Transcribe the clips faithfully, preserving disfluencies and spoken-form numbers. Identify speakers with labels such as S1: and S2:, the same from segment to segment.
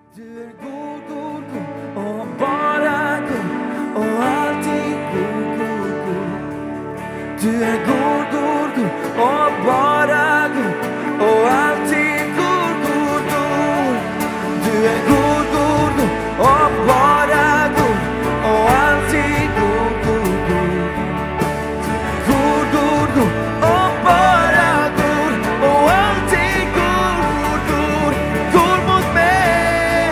S1: Du är god, god, god och bara god och alltid god, god, god. Du är god, god, god och bara god och alltid god, god, god. Du är god, god, god och bara god och alltid god, god, god. God, god, god och bara god och alltid god, god, god. God mot mig,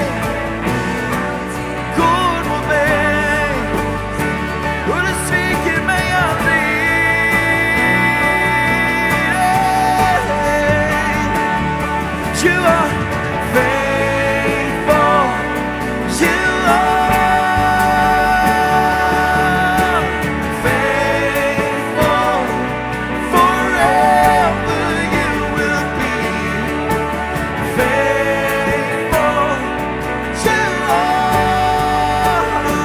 S1: god mot mig. Och du sviker mig aldrig. You are faithful. You are faithful. Forever you will be faithful. You are.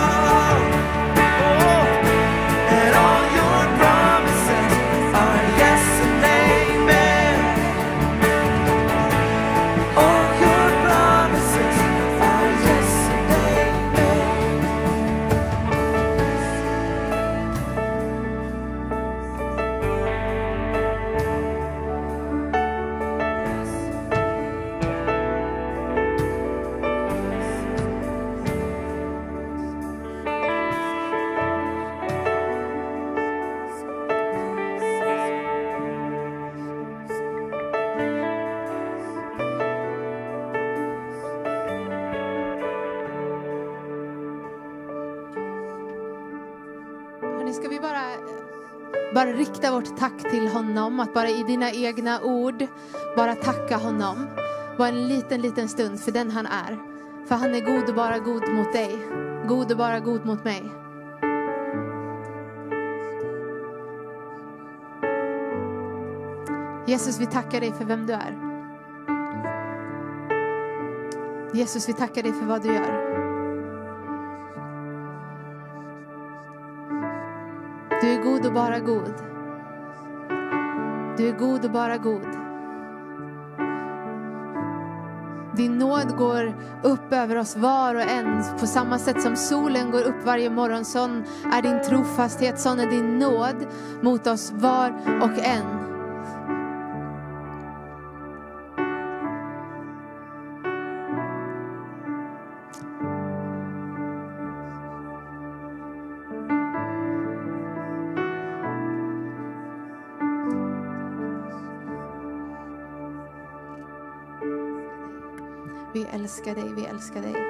S1: Oh, and all your promises are yes and amen. All your promises are yes and amen.
S2: Hörrni, ska vi bara, bara rikta vårt tack till honom. Att bara i dina egna ord bara tacka honom. Bara en liten, liten stund för den han är. För han är god och bara god mot dig. God och bara god mot mig. Jesus, vi tackar dig för vem du är. Jesus, vi tackar dig för vad du gör. Du är god och bara god. Du är god och bara god. Din nåd går upp över oss var och en. På samma sätt som solen går upp varje morgon. Sån är din trofasthet. Sån är din nåd mot oss var och en. Vi älskar dig, vi älskar dig.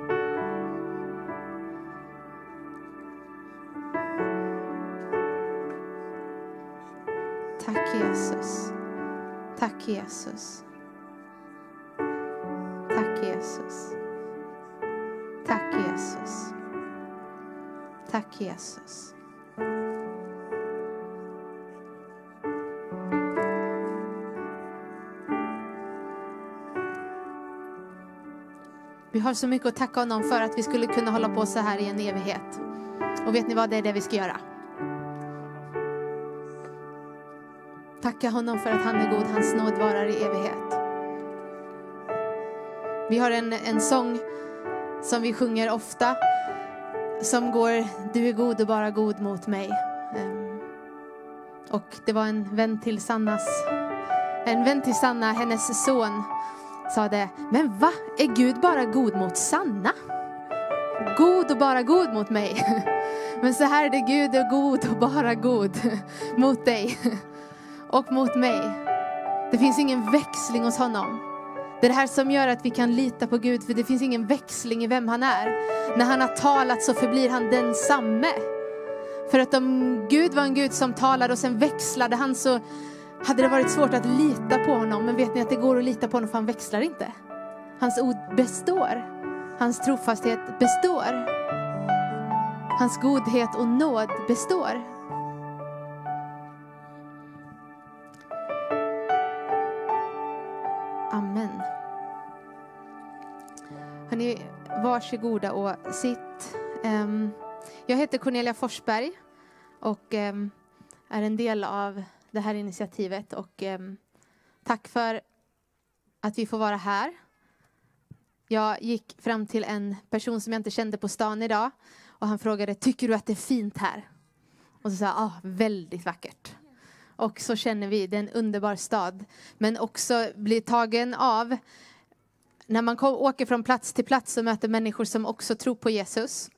S2: Tack Jesus. Tack Jesus. Tack Jesus. Tack Jesus. Tack Jesus. Vi har så mycket att tacka honom för att vi skulle kunna hålla på så här i en evighet. Och vet ni vad, det är det vi ska göra. Tacka honom för att han är god, hans nåd varar i evighet. Vi har en, en sång som vi sjunger ofta. Som går, du är god och bara god mot mig. Um, och det var en vän till Sannas, en vän till Sanna, hennes son, sa det, men va? Är Gud bara god mot Sanna? God och bara god mot mig. Men så här är det, Gud är god och bara god mot dig och mot mig. Det finns ingen växling hos honom. Det är det här som gör att vi kan lita på Gud, för det finns ingen växling i vem han är. När han har talat så förblir han densamme. För att om Gud var en Gud som talade och sen växlade han, så hade det varit svårt att lita på honom. Men vet ni att det går att lita på honom, för han växlar inte. Hans ord består. Hans trofasthet består. Hans godhet och nåd består. Amen. Hörrni, varsågoda och sitt. Um, jag heter Cornelia Forsberg och um, är en del av det här initiativet. Och um, tack för att vi får vara här. Jag gick fram till en person som jag inte kände på stan idag. Och han frågade, tycker du att det är fint här? Och så sa jag, ja, ah, väldigt vackert. Och så känner vi, det är en underbar stad. Men också blir tagen av, när man kom, åker från plats till plats och möter människor som också tror på Jesus.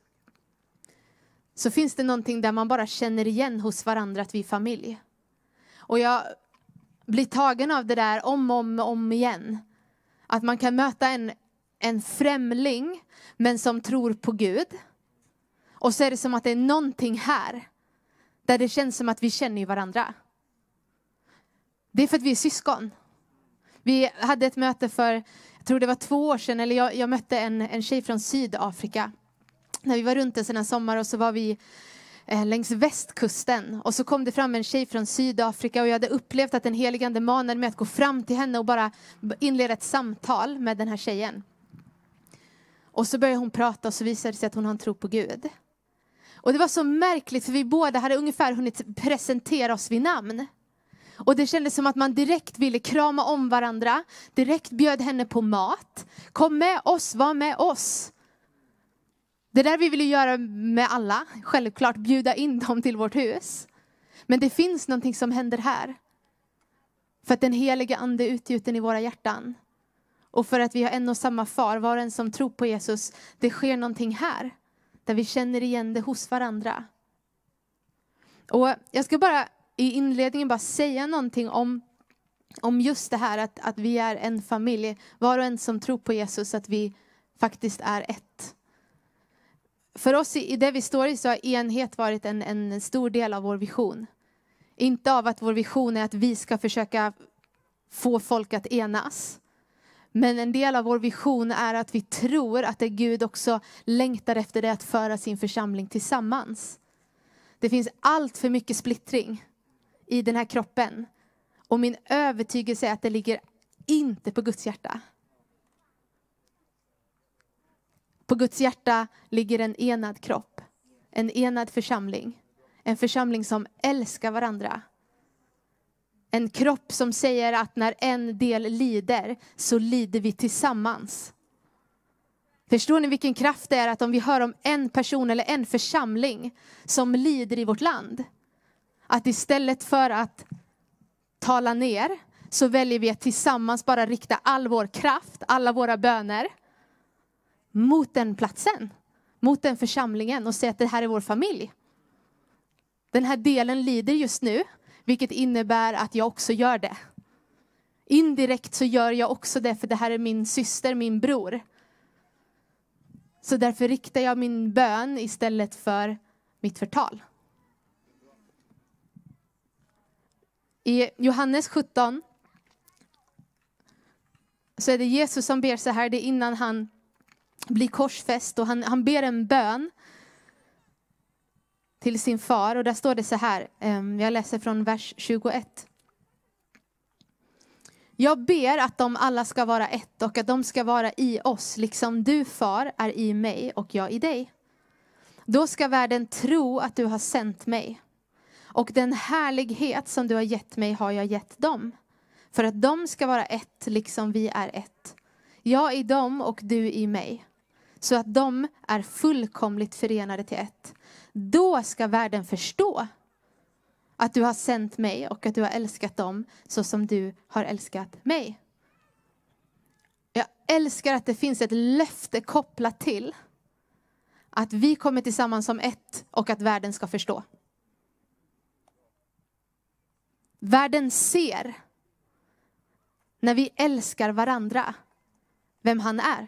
S2: Så finns det någonting där man bara känner igen hos varandra att vi är familj. Och jag blir tagen av det där om och om, om igen. Att man kan möta en, en främling men som tror på Gud. Och så är det som att det är någonting här där det känns som att vi känner varandra. Det är för att vi är syskon. Vi hade ett möte för, jag tror det var två år sedan, eller jag, jag mötte en, en tjej från Sydafrika. När vi var runt en sån här sommar och så var vi eh, längs västkusten. Och så kom det fram en tjej från Sydafrika och jag hade upplevt att den helige ande manade mig att gå fram till henne och bara inleda ett samtal med den här tjejen. Och så började hon prata och så visade det sig att hon har en tro på Gud. Och det var så märkligt för vi båda hade ungefär hunnit presentera oss vid namn. Och det kändes som att man direkt ville krama om varandra. Direkt bjöd henne på mat. Kom med oss, var med oss. Det där vi ville göra med alla. Självklart bjuda in dem till vårt hus. Men det finns någonting som händer här. För att den heliga ande är utgjuten i våra hjärtan. Och för att vi har en och samma far, var en som tror på Jesus. Det sker någonting här. Där vi känner igen det hos varandra. Och jag ska bara i inledningen bara säga någonting om, om just det här. Att, att vi är en familj. Var och en som tror på Jesus, att vi faktiskt är ett. För oss i, i det vi står i så har enhet varit en, en stor del av vår vision. Inte av att vår vision är att vi ska försöka få folk att enas. Men en del av vår vision är att vi tror att det Gud också längtar efter det att föra sin församling tillsammans. Det finns allt för mycket splittring i den här kroppen. Och min övertygelse är att det ligger inte på Guds hjärta. På Guds hjärta ligger en enad kropp. En enad församling. En församling som älskar varandra. En kropp som säger att när en del lider så lider vi tillsammans. Förstår ni vilken kraft det är att om vi hör om en person eller en församling som lider i vårt land. Att istället för att tala ner så väljer vi att tillsammans bara rikta all vår kraft, alla våra böner mot den platsen. Mot den församlingen och säga att det här är vår familj. Den här delen lider just nu. Vilket innebär att jag också gör det. Indirekt så gör jag också det. För det här är min syster, min bror. Så därför riktar jag min bön istället för mitt förtal. I Johannes sjutton. Så är det Jesus som ber så här. Det är innan han blir korsfäst. Och han, han ber en bön. Till sin far. Och där står det så här. Jag läser från vers tjugoett. Jag ber att de alla ska vara ett. Och att de ska vara i oss. Liksom du, far, är i mig och jag i dig. Då ska världen tro att du har sänt mig. Och den härlighet som du har gett mig har jag gett dem. För att de ska vara ett liksom vi är ett. Jag i dem och du i mig. Så att de är fullkomligt förenade till ett. Då ska världen förstå att du har sänt mig och att du har älskat dem så som du har älskat mig. Jag älskar att det finns ett löfte kopplat till att vi kommer tillsammans som ett och att världen ska förstå. Världen ser när vi älskar varandra vem han är.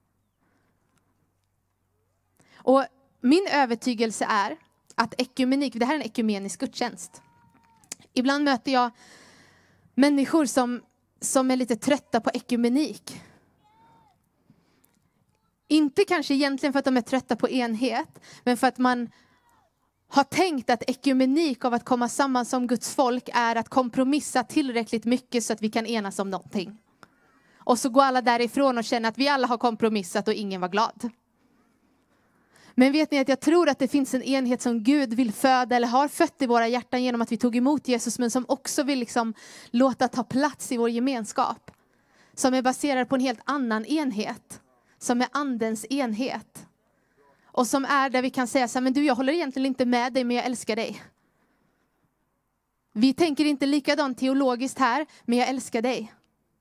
S2: Och min övertygelse är att ekumenik, det här är en ekumenisk gudstjänst. Ibland möter jag människor som, som är lite trötta på ekumenik. Inte kanske egentligen för att de är trötta på enhet, men för att man har tänkt att ekumenik av att komma samman som Guds folk är att kompromissa tillräckligt mycket så att vi kan enas om någonting. Och så går alla därifrån och känner att vi alla har kompromissat och ingen var glad. Men vet ni att jag tror att det finns en enhet som Gud vill föda eller har fött i våra hjärtan genom att vi tog emot Jesus. Men som också vill liksom låta ta plats i vår gemenskap. Som är baserad på en helt annan enhet. som är andens enhet. Och som är där vi kan säga så här, men du, jag håller egentligen inte med dig, men jag älskar dig. Vi tänker inte likadant teologiskt här, men jag älskar dig.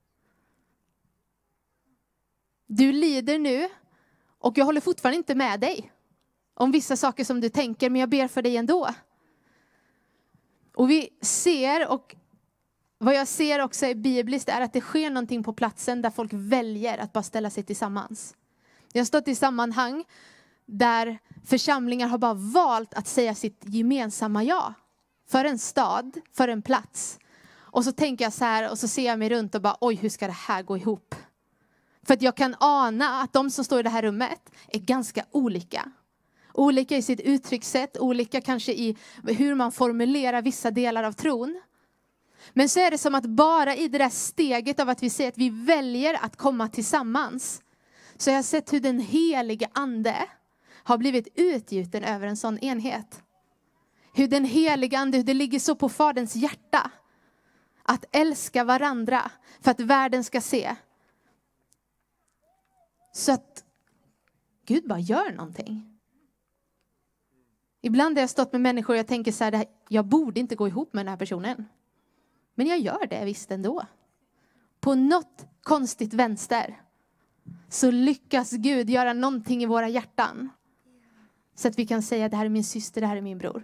S2: Du lider nu och jag håller fortfarande inte med dig om vissa saker som du tänker, men jag ber för dig ändå. Och vi ser, och vad jag ser också är bibliskt, är att det sker någonting på platsen där folk väljer att bara ställa sig tillsammans. Jag har stått i sammanhang där församlingar har bara valt att säga sitt gemensamma ja. För en stad, för en plats. Och så tänker jag så här, och så ser jag mig runt och bara, oj, hur ska det här gå ihop? För att jag kan ana att de som står i det här rummet är ganska olika. Olika i sitt uttryckssätt, olika kanske i hur man formulerar vissa delar av tron. Men så är det som att bara i det där steget av att vi säger att vi väljer att komma tillsammans. Så jag har sett hur den helige ande har blivit utgjuten över en sån enhet. Hur den helige ande, hur det ligger så på faderns hjärta. Att älska varandra för att världen ska se. Så att Gud bara gör någonting. Ibland har jag stått med människor och jag tänker så här, jag borde inte gå ihop med den här personen. Men jag gör det visst ändå. På något konstigt vänster så lyckas Gud göra någonting i våra hjärtan. Så att vi kan säga, det här är min syster, det här är min bror.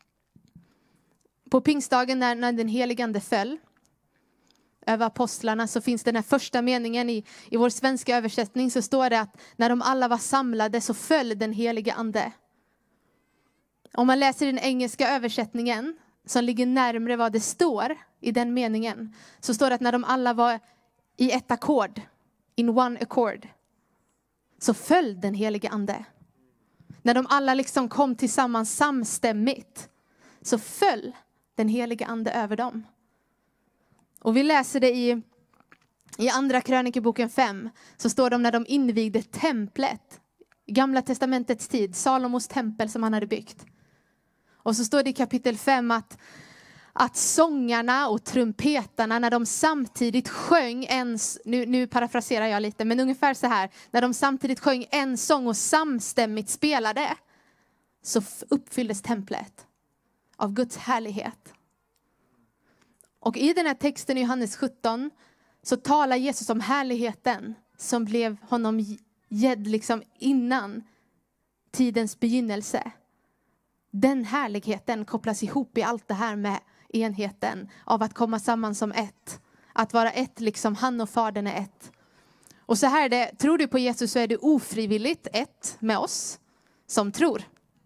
S2: På pingstdagen när, när den helige ande föll över apostlarna, så finns den här första meningen i, i vår svenska översättning, så står det att när de alla var samlade så föll den helige ande. Om man läser den engelska översättningen som ligger närmare vad det står i den meningen, så står det att när de alla var i ett ackord, in one accord, så föll den helige ande. När de alla liksom kom tillsammans samstämmigt, så föll den helige ande över dem. Och vi läser det i, i andra krönikeboken fem. Så står det om när de invigde templet. I Gamla testamentets tid. Salomos tempel som han hade byggt. Och så står det i kapitel fem att, att sångarna och trumpetarna, när de samtidigt sjöng en, nu, nu parafraserar jag lite, men ungefär så här. När de samtidigt sjöng en sång och samstämmigt spelade, så uppfylldes templet av Guds härlighet. Och i den här texten i Johannes sjutton så talar Jesus om härligheten som blev honom gedd liksom innan tidens begynnelse. Den härligheten kopplas ihop i allt det här med enheten av att komma samman som ett. Att vara ett, liksom han och fadern är ett. Och så här är det, tror du på Jesus så är du ofrivilligt ett med oss som tror.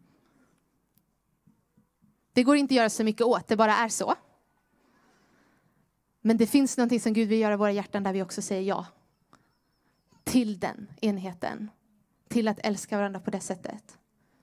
S2: Det går inte att göra så mycket åt, det bara är så. Men det finns någonting som Gud vill göra i våra hjärtan där vi också säger ja. Till den enheten. Till att älska varandra på det sättet.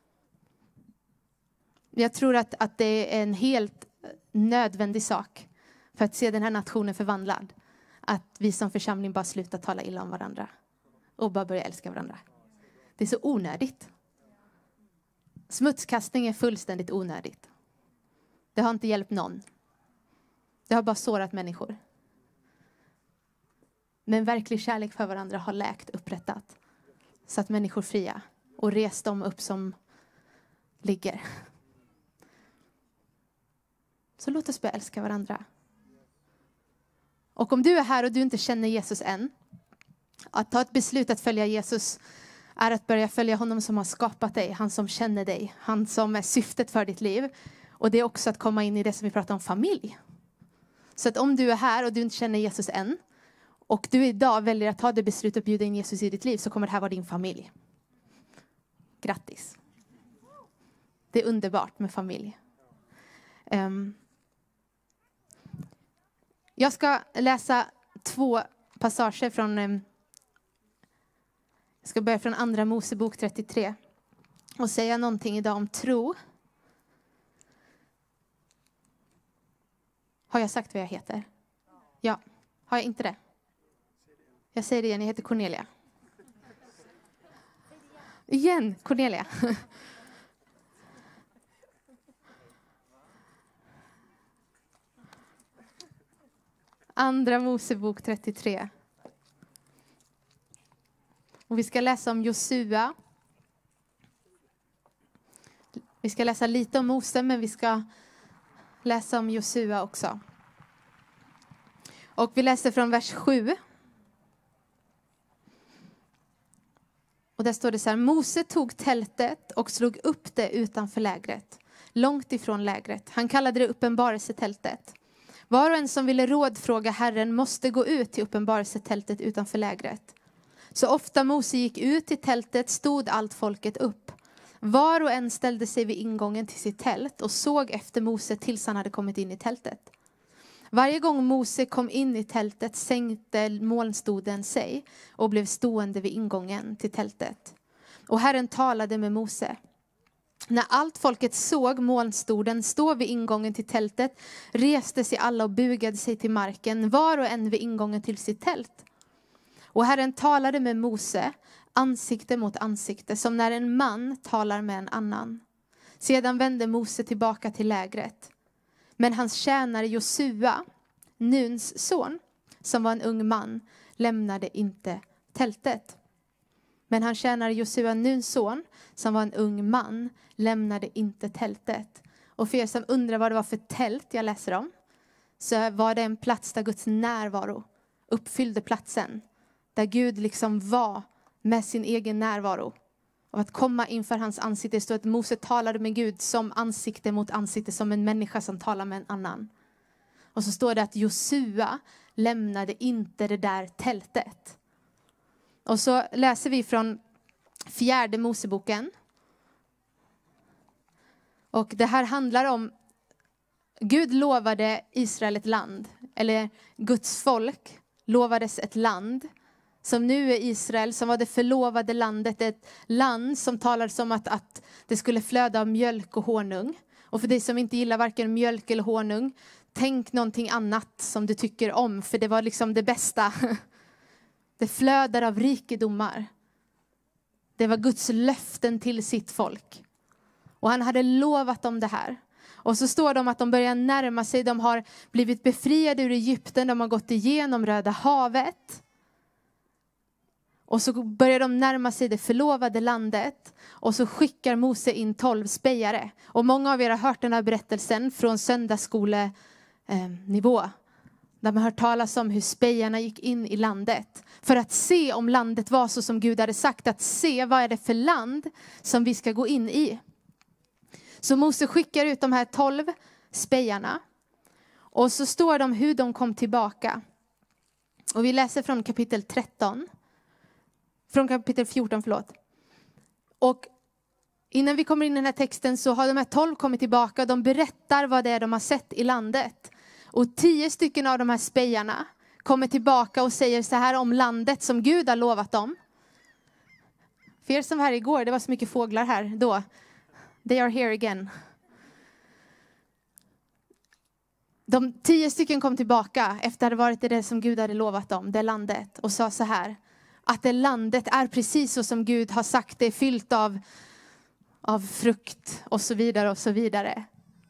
S2: Jag tror att, att det är en helt nödvändig sak för att se den här nationen förvandlad. Att vi som församling bara slutar tala illa om varandra. Och bara börja älska varandra. Det är så onödigt. Smutskastning är fullständigt onödigt. Det har inte hjälpt någon. Det har bara sårat människor. Men verklig kärlek för varandra har läkt, upprättat. Så att människor fria. Och rest dem upp som ligger. Så låt oss börja älska varandra. Och om du är här och du inte känner Jesus än. Att ta ett beslut att följa Jesus är att börja följa honom som har skapat dig. Han som känner dig. Han som är syftet för ditt liv. Och det är också att komma in i det som vi pratar om, familj. Så att om du är här och du inte känner Jesus än. Och du idag väljer att ta det beslutet och bjuda in Jesus i ditt liv. Så kommer det här vara din familj. Grattis. Det är underbart med familj. Um, jag ska läsa två passager från... Um, jag ska börja från andra Mosebok trettiotre. Och säga någonting idag om tro. Har jag sagt vad jag heter? Ja. Har jag inte det? Jag säger det igen, jag heter Cornelia. Igen, Cornelia. Andra Mosebok trettiotre. Och vi ska läsa om Josua. Vi ska läsa lite om Mose, men vi ska läsa om Josua också. Och vi läser från vers sju. Och där står det så här: Mose tog tältet och slog upp det utanför lägret, långt ifrån lägret. Han kallade det uppenbarelsetältet. Var och en som ville rådfråga Herren måste gå ut till uppenbarelsetältet utanför lägret. Så ofta Mose gick ut till tältet stod allt folket upp. Var och en ställde sig vid ingången till sitt tält och såg efter Mose tills han hade kommit in i tältet. Varje gång Mose kom in i tältet sänkte molnstoden sig och blev stående vid ingången till tältet. Och Herren talade med Mose. När allt folket såg molnstoden stå vid ingången till tältet reste sig alla och bugade sig till marken, var och en vid ingången till sitt tält. Och Herren talade med Mose ansikte mot ansikte, som när en man talar med en annan. Sedan vände Mose tillbaka till lägret. Men hans tjänare Josua, Nuns son, som var en ung man, lämnade inte tältet. Men han tjänare Josua, Nuns son, som var en ung man, lämnade inte tältet. Och för er som undrar vad det var för tält jag läser om, så var det en plats där Guds närvaro uppfyllde platsen. Där Gud liksom var med sin egen närvaro. Och att komma inför hans ansikte. Det står att Mose talade med Gud som ansikte mot ansikte, som en människa som talar med en annan. Och så står det att Josua lämnade inte det där tältet. Och så läser vi från fjärde Moseboken. Och det här handlar om, Gud lovade Israel ett land. Eller Guds folk lovades ett land. Som nu är Israel, som var det förlovade landet. Ett land som talades om att, att det skulle flöda av mjölk och honung. Och för dig som inte gillar varken mjölk eller honung, tänk någonting annat som du tycker om. För det var liksom det bästa. Det flödar av rikedomar. Det var Guds löften till sitt folk. Och han hade lovat dem det här. Och så står det om att de börjar närma sig. De har blivit befriade ur Egypten. De har gått igenom Röda havet. Och så börjar de närma sig det förlovade landet. Och så skickar Mose in tolv spejare. Och många av er har hört den här berättelsen från söndagsskolenivå. Där man har hört talas om hur spejarna gick in i landet. För att se om landet var så som Gud hade sagt. Att se vad är det för land som vi ska gå in i. Så Mose skickar ut de här tolv spejarna. Och så står det om hur de kom tillbaka. Och vi läser från kapitel tretton. Från kapitel fjorton, förlåt. Och innan vi kommer in i den här texten så har de här tolv kommit tillbaka. Och de berättar vad det är de har sett i landet. Och tio stycken av de här spejarna kommer tillbaka och säger så här om landet som Gud har lovat dem. För er som var här igår, det var så mycket fåglar här då. They are here again. De tio stycken kom tillbaka efter att ha varit i det som Gud hade lovat dem, det landet. Och sa så här, att det landet är precis så som Gud har sagt. Det är fyllt av, av frukt och så vidare och så vidare.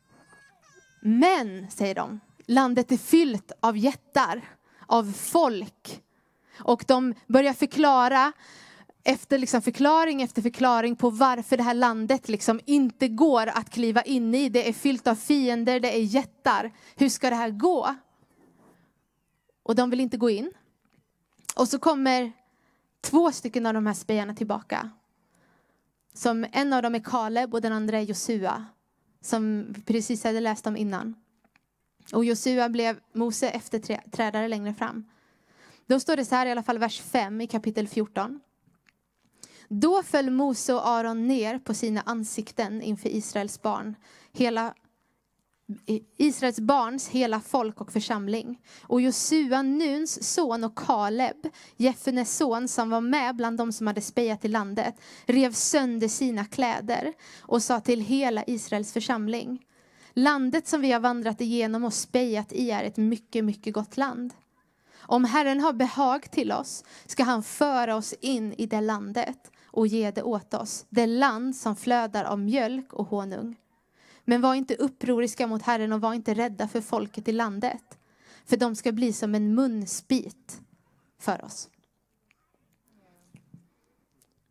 S2: Men, säger de, landet är fyllt av jättar, av folk. Och de börjar förklara, efter liksom förklaring efter förklaring på varför det här landet liksom inte går att kliva in i. Det är fyllt av fiender, det är jättar. Hur ska det här gå? Och de vill inte gå in. Och så kommer två stycken av de här spejarna tillbaka. Som en av dem är Kaleb och den andra är Josua. Som vi precis hade läst om innan. Och Josua blev Mose efterträdare längre fram. Då står det så här i alla fall vers fem i kapitel fjorton. Då föll Mose och Aron ner på sina ansikten inför Israels barn. Hela Israels barns hela folk och församling. Och Josua, Nuns son, och Kaleb, Jefnes son, som var med bland de som hade spejat i landet, rev sönder sina kläder och sa till hela Israels församling: landet som vi har vandrat igenom och spejat i är ett mycket, mycket gott land. Om Herren har behag till oss ska han föra oss in i det landet och ge det åt oss. Det land som flödar av mjölk och honung. Men var inte upproriska mot Herren och var inte rädda för folket i landet. För de ska bli som en munspit för oss.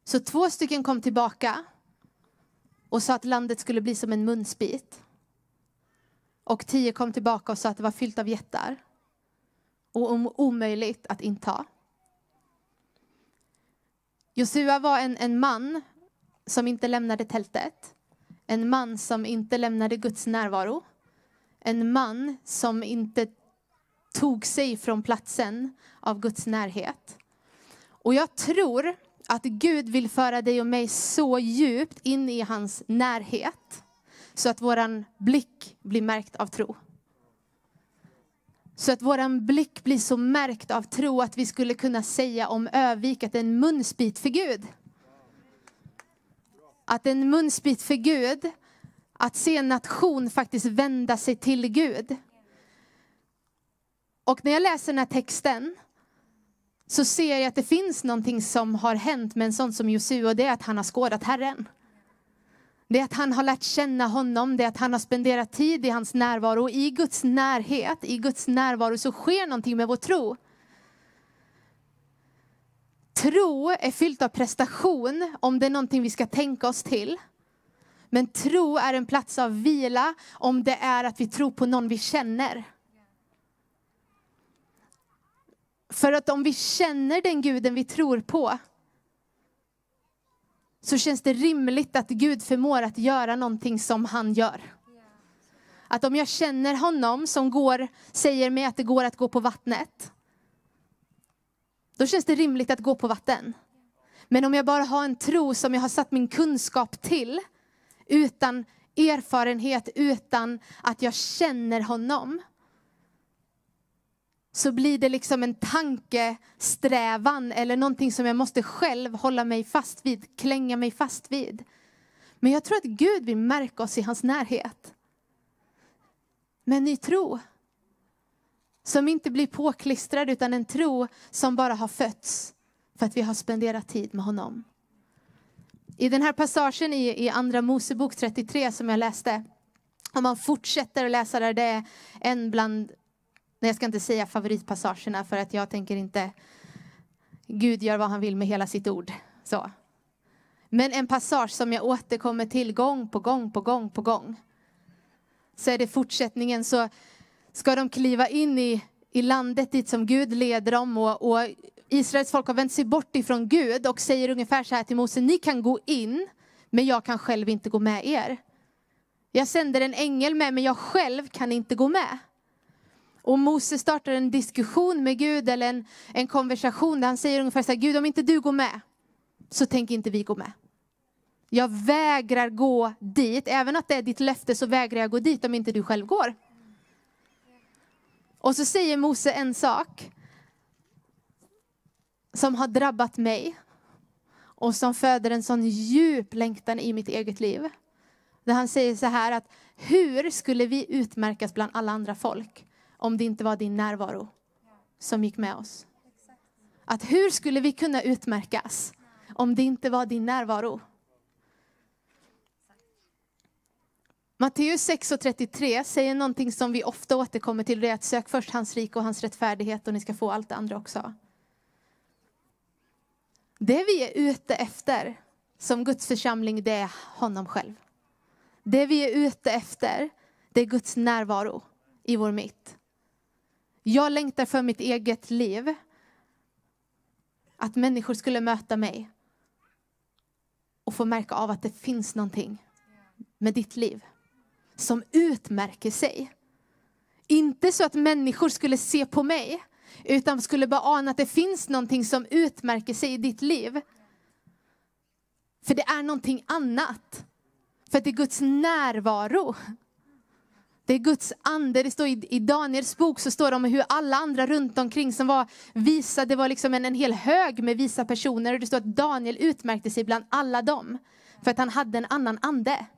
S2: Så två stycken kom tillbaka och sa att landet skulle bli som en munsbit. Och tio kom tillbaka och sa att det var fyllt av jättar. Och omöjligt att inta. Josua var en, en man som inte lämnade tältet. En man som inte lämnade Guds närvaro. En man som inte tog sig från platsen av Guds närhet. Och jag tror att Gud vill föra dig och mig så djupt in i hans närhet. Så att våran blick blir märkt av tro. Så att våran blick blir så märkt av tro att vi skulle kunna säga om Övik att en munsbit för Gud. Att en munsbit för Gud, att se en nation faktiskt vända sig till Gud. Och när jag läser den här texten så ser jag att det finns någonting som har hänt med en sån som Josua, och det är att han har skådat Herren. Det är att han har lärt känna honom. Det är att han har spenderat tid i hans närvaro. Och i Guds närhet, i Guds närvaro så sker någonting med vår tro. Tro är fyllt av prestation om det är någonting vi ska tänka oss till. Men tro är en plats av vila om det är att vi tror på någon vi känner. För att om vi känner den guden vi tror på, så känns det rimligt att Gud förmår att göra någonting som han gör. Att om jag känner honom som går, säger mig att det går att gå på vattnet, då känns det rimligt att gå på vatten. Men om jag bara har en tro som jag har satt min kunskap till, utan erfarenhet, utan att jag känner honom, så blir det liksom en tankesträvan eller någonting som jag måste själv hålla mig fast vid, klänga mig fast vid. Men jag tror att Gud vill märka oss i hans närhet. med en ny tro. Som inte blir påklistrad, utan en tro som bara har fötts för att vi har spenderat tid med honom. I den här passagen i, i andra Mosebok trettiotre som jag läste, om man fortsätter att läsa där, det är en bland, nej, jag ska inte säga favoritpassagerna, för att jag tänker inte, Gud gör vad han vill med hela sitt ord. Så. Men en passage som jag återkommer till gång på gång på gång på gång. Så är det fortsättningen, så ska de kliva in i, i landet dit som Gud leder dem. Och, och Israels folk har vänt sig bort ifrån Gud och säger ungefär så här till Mose: ni kan gå in, men jag kan själv inte gå med er. Jag sänder en ängel med, men jag själv kan inte gå med. Och Mose startar en diskussion med Gud, eller en, en konversation där han säger ungefär så här: Gud, om inte du går med, så tänker inte vi gå med. Jag vägrar gå dit, även att det är ditt löfte, så vägrar jag gå dit om inte du själv går. Och så säger Mose en sak som har drabbat mig och som föder en sån djup längtan i mitt eget liv. Där han säger så här, att hur skulle vi utmärkas bland alla andra folk om det inte var din närvaro som gick med oss? Att hur skulle vi kunna utmärkas om det inte var din närvaro? Matteus sex och trettiotre säger någonting som vi ofta återkommer till. Det är att sök först hans rike och hans rättfärdighet, och ni ska få allt det andra också. Det vi är ute efter som Guds församling, det är honom själv. Det vi är ute efter, det är Guds närvaro i vår mitt. Jag längtar för mitt eget liv. Att människor skulle möta mig och få märka av att det finns någonting med ditt liv som utmärker sig. Inte så att människor skulle se på mig, utan skulle bara ana att det finns någonting som utmärker sig i ditt liv. För det är någonting annat. För det är Guds närvaro. Det är Guds ande. Det står i, i Daniels bok, så står det om hur alla andra runt omkring som var visa, det var liksom en, en hel hög med visa personer. Och det står att Daniel utmärkte sig bland alla dem för att han hade en annan ande.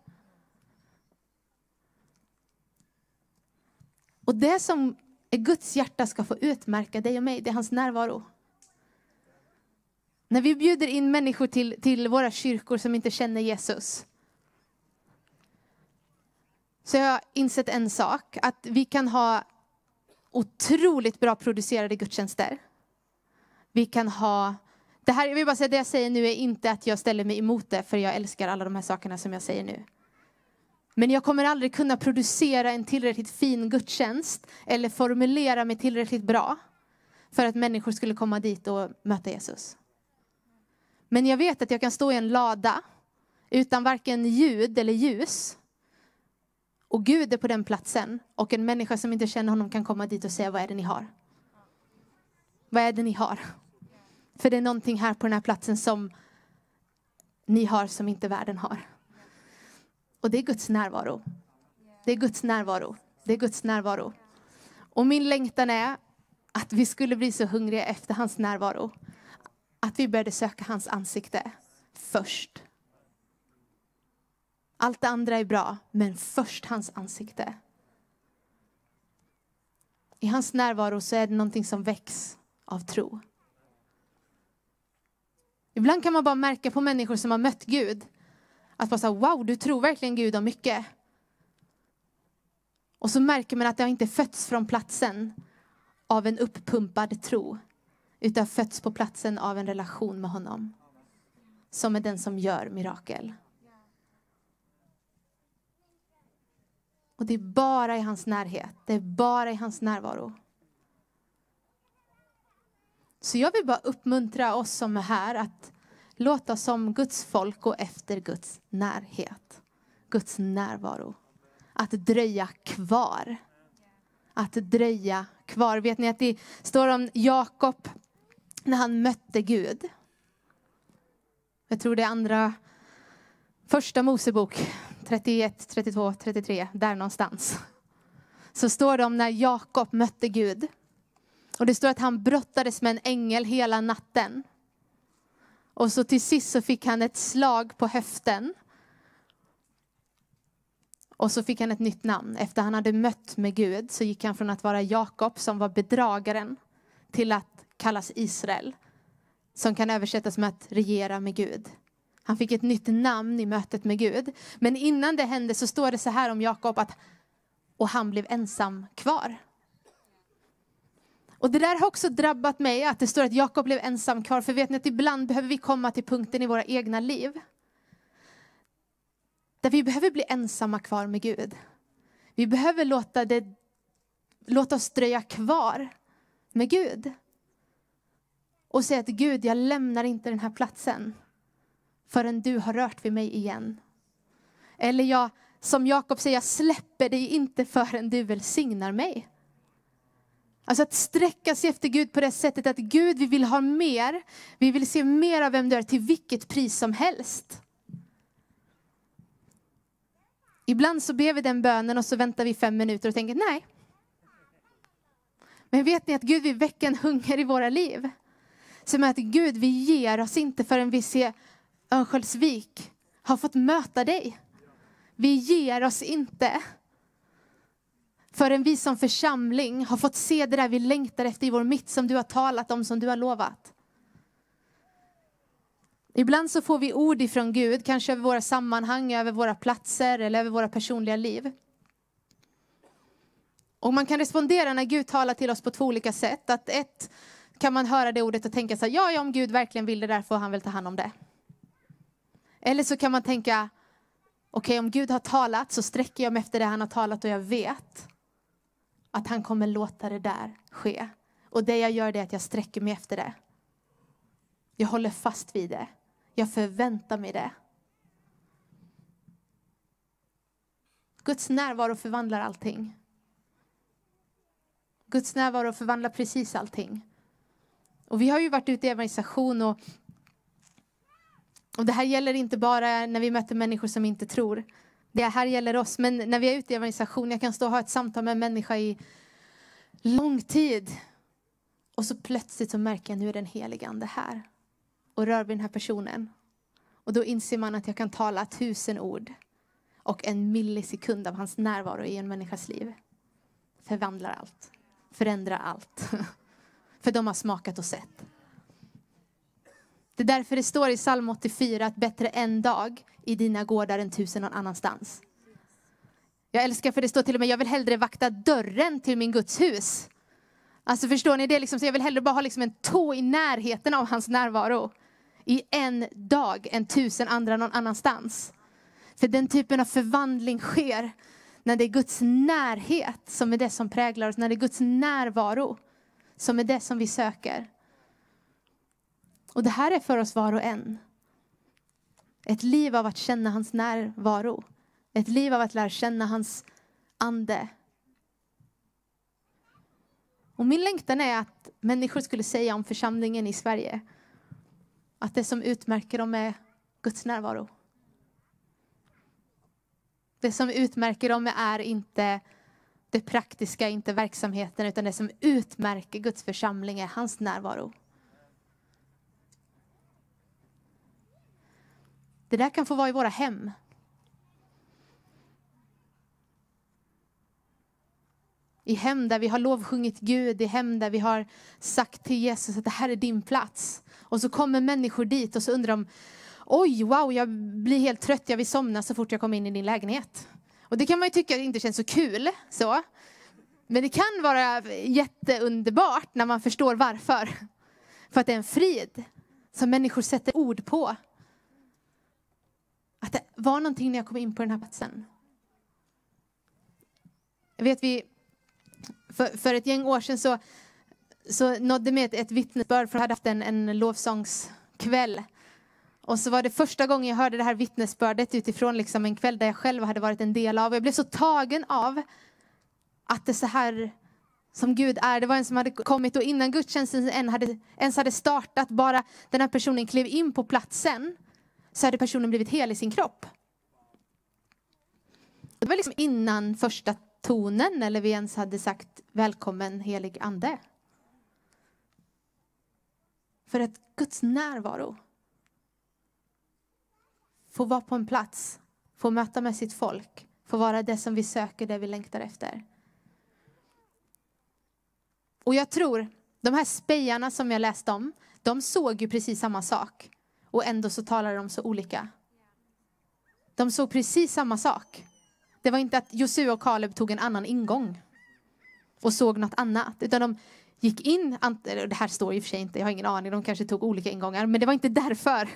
S2: Och det som är Guds hjärta ska få utmärka dig och mig, det är hans närvaro. När vi bjuder in människor till, till våra kyrkor som inte känner Jesus, så jag har insett en sak, att vi kan ha otroligt bra producerade gudstjänster. Vi kan ha Det här, jag vill bara säga, det jag säger nu är inte att jag ställer mig emot det, för jag älskar alla de här sakerna som jag säger nu. Men jag kommer aldrig kunna producera en tillräckligt fin gudstjänst eller formulera mig tillräckligt bra för att människor skulle komma dit och möta Jesus. Men jag vet att jag kan stå i en lada utan varken ljud eller ljus. Och Gud är på den platsen. Och en människa som inte känner honom kan komma dit och säga, vad är det ni har? Vad är det ni har? För det är någonting här på den här platsen som ni har som inte världen har. Och det är Guds närvaro. Det är Guds närvaro. Det är Guds närvaro. Och min längtan är att vi skulle bli så hungriga efter hans närvaro. Att vi började söka hans ansikte först. Allt det andra är bra, men först hans ansikte. I hans närvaro så är det någonting som väcks av tro. Ibland kan man bara märka på människor som har mött Gud. Att bara säga, wow, du tror verkligen Gud om mycket. Och så märker man att det har inte fötts från platsen av en uppumpad tro. Utan fötts på platsen av en relation med honom. Som är den som gör mirakel. Och det är bara i hans närhet. Det är bara i hans närvaro. Så jag vill bara uppmuntra oss som är här att låta som Guds folk gå efter Guds närhet. Guds närvaro. Att dröja kvar. Att dröja kvar. Vet ni att det står om Jakob när han mötte Gud. Jag tror det är andra, första Mosebok trettioett, trettiotvå, trettiotre, där någonstans. Så står det om när Jakob mötte Gud. Och det står att han brottades med en ängel hela natten. Och så till sist så fick han ett slag på höften. Och så fick han ett nytt namn. Efter han hade mött med Gud så gick han från att vara Jakob som var bedragaren till att kallas Israel. Som kan översättas med att regera med Gud. Han fick ett nytt namn i mötet med Gud. Men innan det hände så står det så här om Jakob att och han blev ensam kvar. Och det där har också drabbat mig att det står att Jakob blev ensam kvar. För vet ni att ibland behöver vi komma till punkten i våra egna liv. Där vi behöver bli ensamma kvar med Gud. Vi behöver låta, det, låta oss dröja kvar med Gud. Och säga att Gud, jag lämnar inte den här platsen förrän du har rört vid mig igen. Eller jag, som Jakob säger, jag släpper dig inte förrän du välsignar mig. Alltså att sträcka sig efter Gud på det sättet att Gud, vi vill ha mer. Vi vill se mer av vem du är till vilket pris som helst. Ibland så ber vi den bönen och så väntar vi fem minuter och tänker nej. Men vet ni att Gud vill väcka en hunger i våra liv. Som är att Gud, vi ger oss inte förrän vi ser Örnsköldsvik har fått möta dig. Vi ger oss inte förrän vi som församling har fått se det där vi längtar efter i vår mitt som du har talat om, som du har lovat. Ibland så får vi ord ifrån Gud, kanske över våra sammanhang, över våra platser eller över våra personliga liv. Och man kan respondera när Gud talar till oss på två olika sätt. Att ett, kan man höra det ordet och tänka så här, ja, ja om Gud verkligen vill det där får han väl ta hand om det. Eller så kan man tänka, okej okay, om Gud har talat så sträcker jag mig efter det han har talat och jag vet att han kommer låta det där ske. Och det jag gör det är att jag sträcker mig efter det. Jag håller fast vid det. Jag förväntar mig det. Guds närvaro förvandlar allting. Guds närvaro förvandlar precis allting. Och vi har ju varit ute i evangelisation och, och det här gäller inte bara när vi möter människor som inte tror. Det här gäller oss, men när vi är ute i evangelisation, jag kan stå och ha ett samtal med en människa i lång tid. Och så plötsligt så märker jag, nu är den helige ande här. Och rör vid den här personen. Och då inser man att jag kan tala tusen ord. Och en millisekund av hans närvaro i en människas liv. Förvandlar allt. Förändrar allt. För de har smakat och sett. Det är därför det står i psalm åttiofyra att bättre en dag i dina gårdar än tusen någon annanstans. Jag älskar för det står till och med, jag vill hellre vakta dörren till min Guds hus. Alltså förstår ni det? Liksom, så jag vill hellre bara ha liksom en tå i närheten av hans närvaro. I en dag än tusen andra någon annanstans. För den typen av förvandling sker när det är Guds närhet som är det som präglar oss. När det är Guds närvaro som är det som vi söker. Och det här är för oss var och en. Ett liv av att känna hans närvaro. Ett liv av att lära känna hans ande. Och min längtan är att människor skulle säga om församlingen i Sverige att det som utmärker dem är Guds närvaro. Det som utmärker dem är inte det praktiska, inte verksamheten, utan det som utmärker Guds församling är hans närvaro. Det där kan få vara i våra hem. I hem där vi har lovsjungit Gud, i hem där vi har sagt till Jesus att det här är din plats. Och så kommer människor dit och så undrar de, oj, wow, jag blir helt trött, jag vill somna så fort jag kommer in i din lägenhet. Och det kan man ju tycka inte känns så kul, så. Men det kan vara jätteunderbart när man förstår varför. För att det är en frid som människor sätter ord på. Att det var någonting när jag kom in på den här platsen. Jag vet vi, för, för ett gäng år sedan så, så nådde med ett, ett vittnesbörd, för jag hade haft en, en lovsångskväll. Och så var det första gången jag hörde det här vittnesbördet utifrån liksom en kväll där jag själv hade varit en del av. Jag blev så tagen av att det är så här som Gud är. Det var en som hade kommit och innan gudstjänsten en hade, ens hade startat, bara den här personen klev in på platsen så hade personen blivit hel i sin kropp. Det var liksom innan första tonen eller vi ens hade sagt välkommen helig ande. För att Guds närvaro får vara på en plats, får möta med sitt folk, får vara det som vi söker, det vi längtar efter. Och jag tror, de här spejarna som jag läste om, de såg ju precis samma sak. Och ändå så talar de så olika. De såg precis samma sak. Det var inte att Josua och Kaleb tog en annan ingång och såg något annat. Utan de gick in, det här står i och för sig inte, jag har ingen aning, de kanske tog olika ingångar. Men det var inte därför.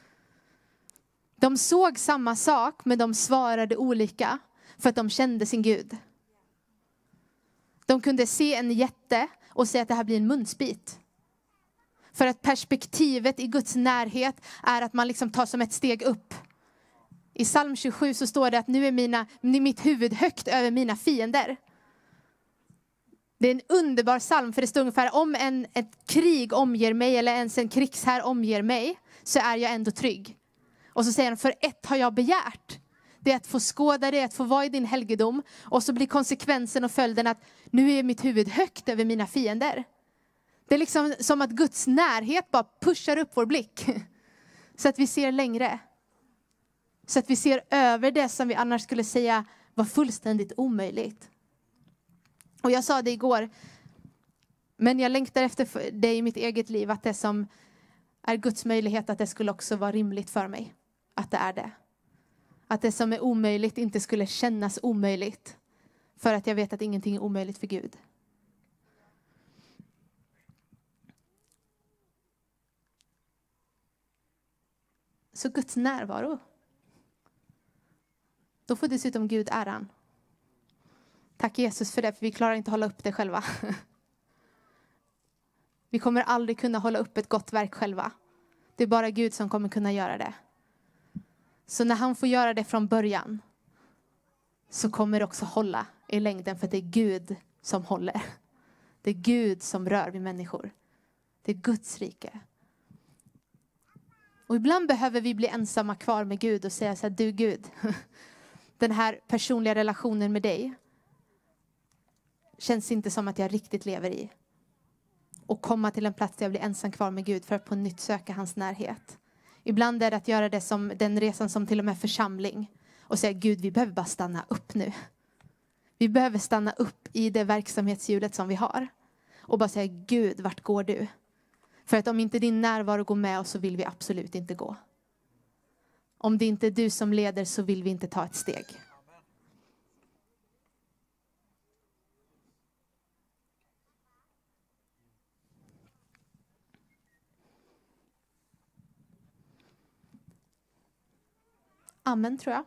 S2: De såg samma sak, men de svarade olika för att de kände sin Gud. De kunde se en jätte och säga att det här blir en munsbit. För att perspektivet i Guds närhet är att man liksom tar som ett steg upp. I psalm tjugosju så står det att nu är, mina, nu är mitt huvud högt över mina fiender. Det är en underbar psalm, för det står ungefär om en, ett krig omger mig eller ens en krigshär omger mig så är jag ändå trygg. Och så säger han, för ett har jag begärt. Det är att få skåda det, att få vara i din helgedom. Och så blir konsekvensen och följden att nu är mitt huvud högt över mina fiender. Det är liksom som att Guds närhet bara pushar upp vår blick. Så att vi ser längre. Så att vi ser över det som vi annars skulle säga var fullständigt omöjligt. Och jag sa det igår. Men jag längtar efter det i mitt eget liv. Att det som är Guds möjlighet, att det skulle också vara rimligt för mig. Att det är det. Att det som är omöjligt inte skulle kännas omöjligt. För att jag vet att ingenting är omöjligt för Gud. Så Guds närvaro. Då får dessutom Gud äran. Tack Jesus för det, för vi klarar inte att hålla upp det själva. Vi kommer aldrig kunna hålla upp ett gott verk själva. Det är bara Gud som kommer kunna göra det. Så när han får göra det från början så kommer det också hålla i längden, för det är Gud som håller. Det är Gud som rör vid människor. Det är Guds rike. Och ibland behöver vi bli ensamma kvar med Gud och säga så här, du Gud, den här personliga relationen med dig känns inte som att jag riktigt lever i. Och komma till en plats där jag blir ensam kvar med Gud för att på nytt söka hans närhet. Ibland är det att göra det som den resan som till och med församling. Och säga, Gud, vi behöver bara stanna upp nu. Vi behöver stanna upp i det verksamhetshjulet som vi har. Och bara säga, Gud, vart går du? För att om inte din närvaro går med oss så vill vi absolut inte gå. Om det inte är du som leder så vill vi inte ta ett steg. amen, tror jag.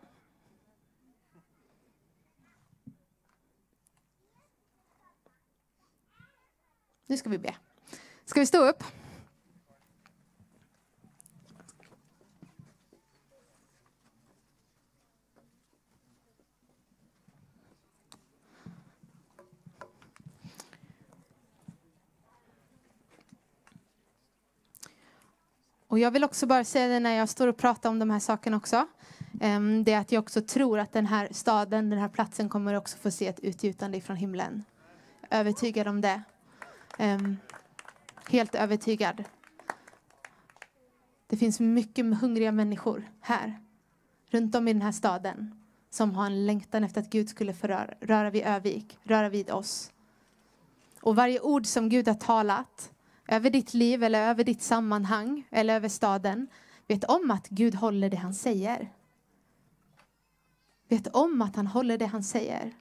S2: Nu ska vi be. Ska vi stå upp? Och jag vill också bara säga det när jag står och pratar om de här sakerna också. Det är att jag också tror att den här staden, den här platsen kommer också få se ett utgjutande ifrån himlen. Övertygad om det. Helt övertygad. Det finns mycket hungriga människor här. Runt om i den här staden. Som har en längtan efter att Gud skulle förröra, röra vid Övik. Röra vid oss. Och varje ord som Gud har talat över ditt liv eller över ditt sammanhang eller över staden, vet om att Gud håller det han säger. Vet om att han håller det han säger.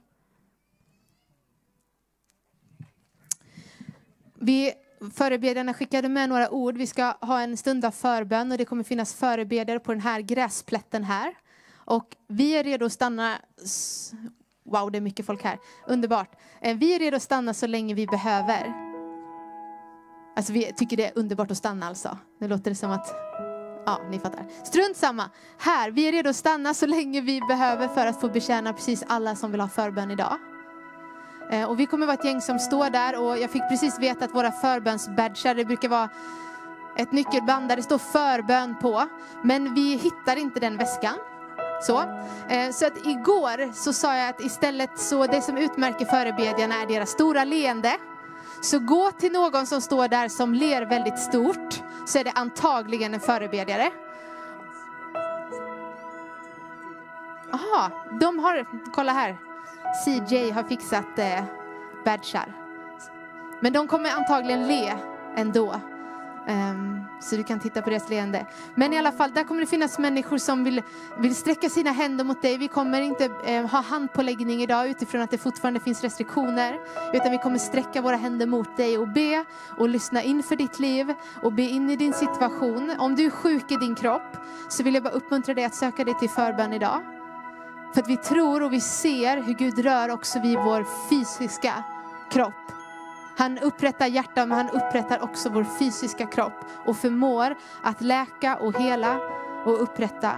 S2: Vi förebedjarna skickade med några ord. Vi ska ha en stund av förbön och det kommer finnas förebedjare på den här gräsplätten här. Och vi är redo att stanna. Wow, det är mycket folk här. Underbart. Vi är redo att stanna så länge vi behöver. Alltså vi tycker det är underbart att stanna alltså. Nu låter det som att, ja ni fattar. Strunt samma. Här, vi är redo att stanna så länge vi behöver för att få betjäna precis alla som vill ha förbön idag. Eh, och vi kommer vara ett gäng som står där och jag fick precis veta att våra förbönsbadgar, det brukar vara ett nyckelband där det står förbön på. Men vi hittar inte den väskan. Så, eh, så att igår så sa jag att istället så det som utmärker förebedjarna är deras stora leende. Så gå till någon som står där som ler väldigt stort. Så är det antagligen en förebedjare. Aha, de har, kolla här. C J har fixat eh, badgar. Men de kommer antagligen le ändå. Um, så du kan titta på deras leende. Men i alla fall, där kommer det finnas människor som vill, vill sträcka sina händer mot dig. Vi kommer inte uh, ha handpåläggning idag utifrån att det fortfarande finns restriktioner. Utan vi kommer sträcka våra händer mot dig och be och lyssna in för ditt liv. Och be in i din situation. Om du är sjuk i din kropp så vill jag bara uppmuntra dig att söka dig till förbön idag. För att vi tror och vi ser hur Gud rör också vid vår fysiska kropp. Han upprättar hjärta, men han upprättar också vår fysiska kropp. Och förmår att läka och hela och upprätta.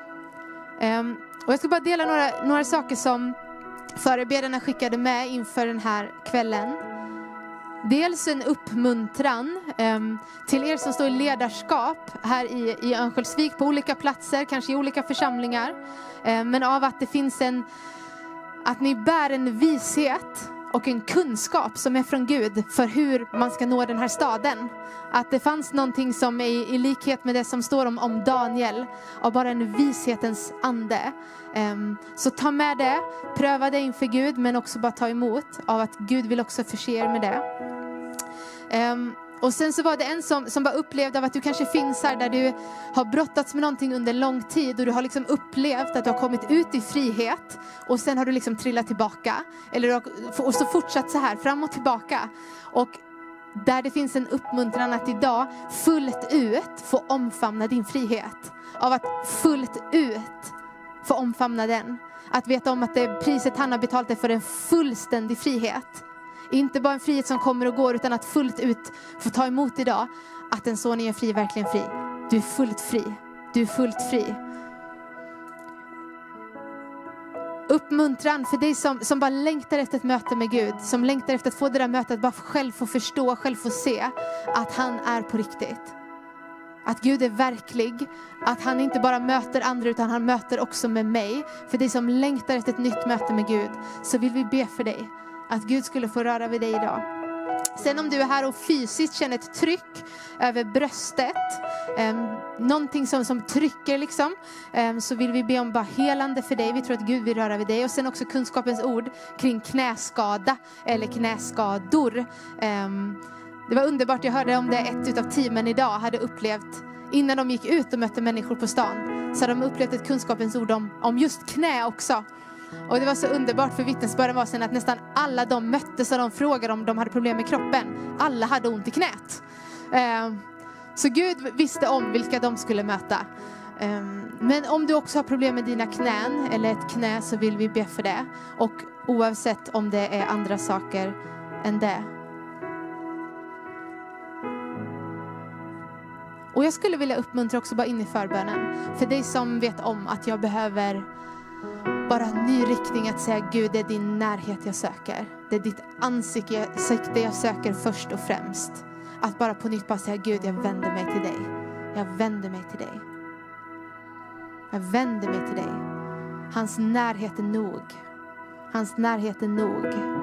S2: Um, och jag ska bara dela några, några saker som förebedjarna skickade med inför den här kvällen. Dels en uppmuntran um, till er som står i ledarskap här i, i Örnsköldsvik på olika platser, kanske i olika församlingar. Um, men av att det finns en, att ni bär en vishet och en kunskap som är från Gud för hur man ska nå den här staden. Att det fanns någonting som är i likhet med det som står om, om Daniel. Av bara en vishetens ande. Um, så ta med det. Pröva det inför Gud. Men också bara ta emot. Av att Gud vill också förse er med det. Um, och sen så var det en som, som bara upplevde av att du kanske finns här där du har brottats med någonting under lång tid. Och du har liksom upplevt att du har kommit ut i frihet. Och sen har du liksom trillat tillbaka. Eller du har, och så fortsatt så här fram och tillbaka. Och där det finns en uppmuntran att idag fullt ut få omfamna din frihet. Av att fullt ut få omfamna den. Att veta om att det priset han har betalt är för en fullständig frihet. Inte bara en frihet som kommer och går utan att fullt ut få ta emot idag. Att en son är fri, verkligen fri. Du är fullt fri. Du är fullt fri. Uppmuntran för dig som, som bara längtar efter ett möte med Gud. Som längtar efter att få det där mötet. Bara själv få förstå, själv få se att han är på riktigt. Att Gud är verklig. Att han inte bara möter andra utan han möter också med mig. För dig som längtar efter ett nytt möte med Gud. Så vill vi be för dig. Att Gud skulle få röra vid dig idag. Sen om du är här och fysiskt känner ett tryck över bröstet. Um, någonting som, som trycker liksom. Um, så vill vi be om bara helande för dig. Vi tror att Gud vill röra vid dig. Och sen också kunskapens ord kring knäskada eller knäskador. Um, det var underbart. Jag hörde om det ett utav teamen idag hade upplevt. Innan de gick ut och mötte människor på stan. Så hade de upplevt ett kunskapens ord om, om just knä också. Och det var så underbart för vittnesbörden var sen att nästan alla de mötte så de frågade om de hade problem med kroppen. Alla hade ont i knät. Eh, så Gud visste om vilka de skulle möta. Um, men om du också har problem med dina knän eller ett knä, så vill vi be för det. Och oavsett om det är andra saker än det. Och jag skulle vilja uppmuntra också bara in i förbönen. För dig som vet om att jag behöver bara en ny riktning att säga: Gud, det är din närhet jag söker. Det är ditt ansikte jag söker först och främst. Att bara på nytt bara säga: Gud, jag vänder mig till dig. Jag vänder mig till dig. Jag vänder mig till dig. Hans närhet är nog. Hans närhet är nog.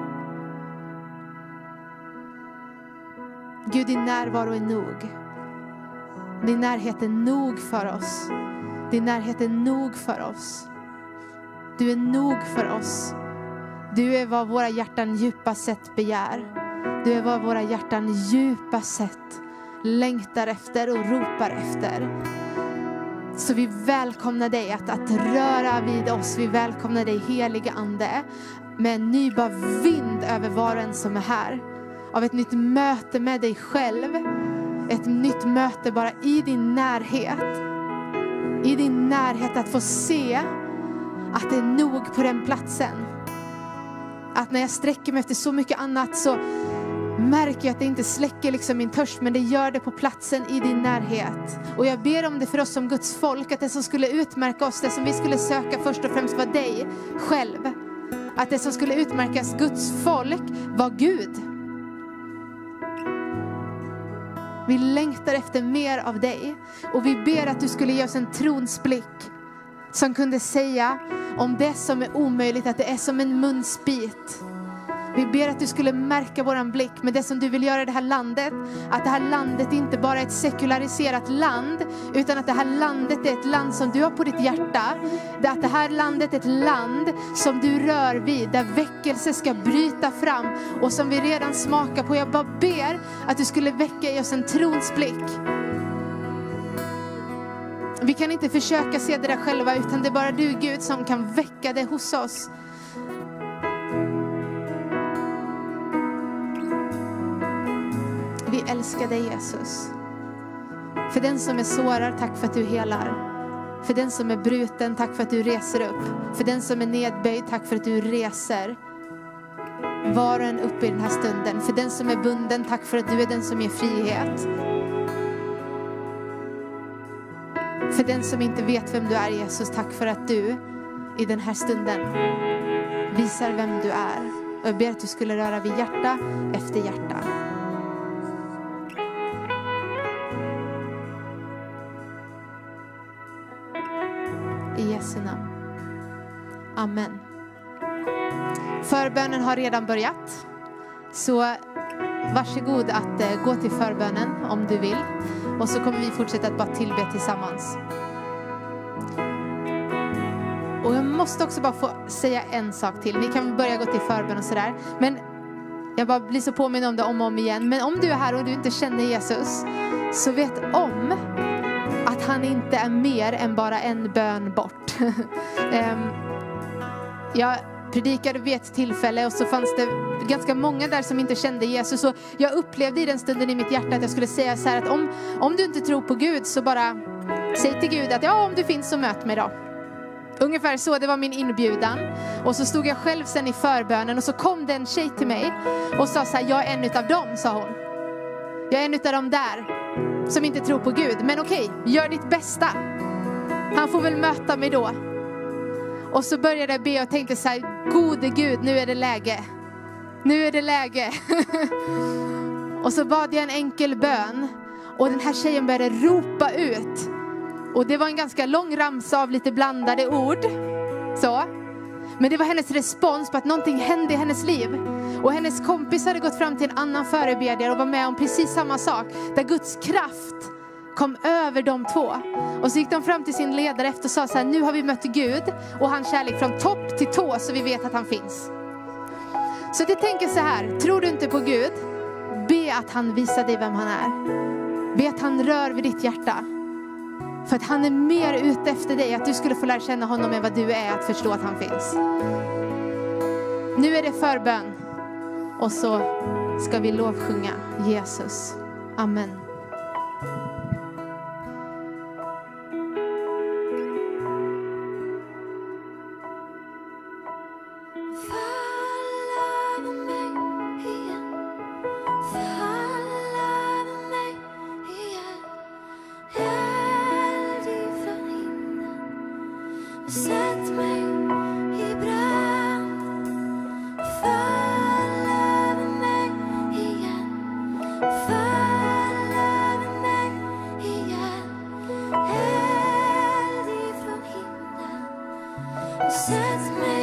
S2: Gud, din närvaro är nog. Din närhet är nog för oss. Din närhet är nog för oss. Du är nog för oss. Du är vad våra hjärtan djupast sett begär. Du är vad våra hjärtan djupast sett längtar efter och ropar efter. Så vi välkomnar dig att, att röra vid oss. Vi välkomnar dig, heliga ande, med en ny bara vind över var och en som är här. Av ett nytt möte med dig själv. Ett nytt möte bara i din närhet. I din närhet att få se att det är nog på den platsen. Att när jag sträcker mig efter så mycket annat, så märker jag att det inte släcker liksom min törst, men det gör det på platsen i din närhet. Och jag ber om det för oss som Guds folk, att det som skulle utmärka oss, det som vi skulle söka först och främst var dig själv. Att det som skulle utmärkas Guds folk var Gud. Vi längtar efter mer av dig. Och vi ber att du skulle ge oss en trons blick som kunde säga om det som är omöjligt att det är som en munsbit. Vi ber att du skulle märka våran blick med det som du vill göra i det här landet. Att det här landet inte bara är ett sekulariserat land, utan att det här landet är ett land som du har på ditt hjärta. Att det här landet är ett land som du rör vid, där väckelse ska bryta fram och som vi redan smakar på. Jag bara ber att du skulle väcka i oss en trons blick. Vi kan inte försöka se det där själva, utan det är bara du, Gud, som kan väcka det hos oss. Vi älskar dig, Jesus. För den som är sårad, tack för att du helar. För den som är bruten, tack för att du reser upp. För den som är nedböjd, tack för att du reser var och en upp i den här stunden. För den som är bunden, tack för att du är den som ger frihet. För den som inte vet vem du är, Jesus, tack för att du i den här stunden visar vem du är. Och jag ber att du skulle röra vid hjärta efter hjärta. I Jesu namn. Amen. Förbönen har redan börjat. Så varsågod att eh, gå till förbönen om du vill. Och så kommer vi fortsätta att bara tillbe tillsammans. Och jag måste också bara få säga en sak till. Vi kan börja gå till förbön och sådär. Men jag bara blir så påminn om det om och om igen. Men om du är här och du inte känner Jesus, så vet om att han inte är mer än bara en bön bort. um, jag predikade vid ett tillfälle och så fanns det ganska många där som inte kände Jesus. Och jag upplevde i den stunden i mitt hjärta att jag skulle säga så här, att om, om du inte tror på Gud, så bara säg till Gud att ja, om du finns så möt mig då. Ungefär så, det var min inbjudan. Och så stod jag själv sen i förbönen och så kom det en tjej till mig och sa så här: jag är en utav dem, sa hon. Jag är en utav dem där som inte tror på Gud. Men okej, gör ditt bästa. Han får väl möta mig då. Och så började jag be och tänkte så här: gode Gud, nu är det läge. Nu är det läge. Och så bad jag en enkel bön. Och den här tjejen började ropa ut. Och det var en ganska lång ramsa av lite blandade ord. Så. Men det var hennes respons på att någonting hände i hennes liv. Och hennes kompis hade gått fram till en annan förebedjare och var med om precis samma sak. Där Guds kraft kom över de två. Och så gick de fram till sin ledare efter och sa så här: nu har vi mött Gud och hans kärlek från topp till tå, så vi vet att han finns. Så jag tänker så här: tror du inte på Gud, be att han visar dig vem han är. Be att han rör vid ditt hjärta. För att han är mer ute efter dig, att du skulle få lära känna honom än vad du är att förstå att han finns. Nu är det förbön. Och så ska vi lovsjunga Jesus. Amen.
S3: Sätt mig i brand. Fall över mig igen. Fall över mig igen. Eld ifrån himlen. Sätt mig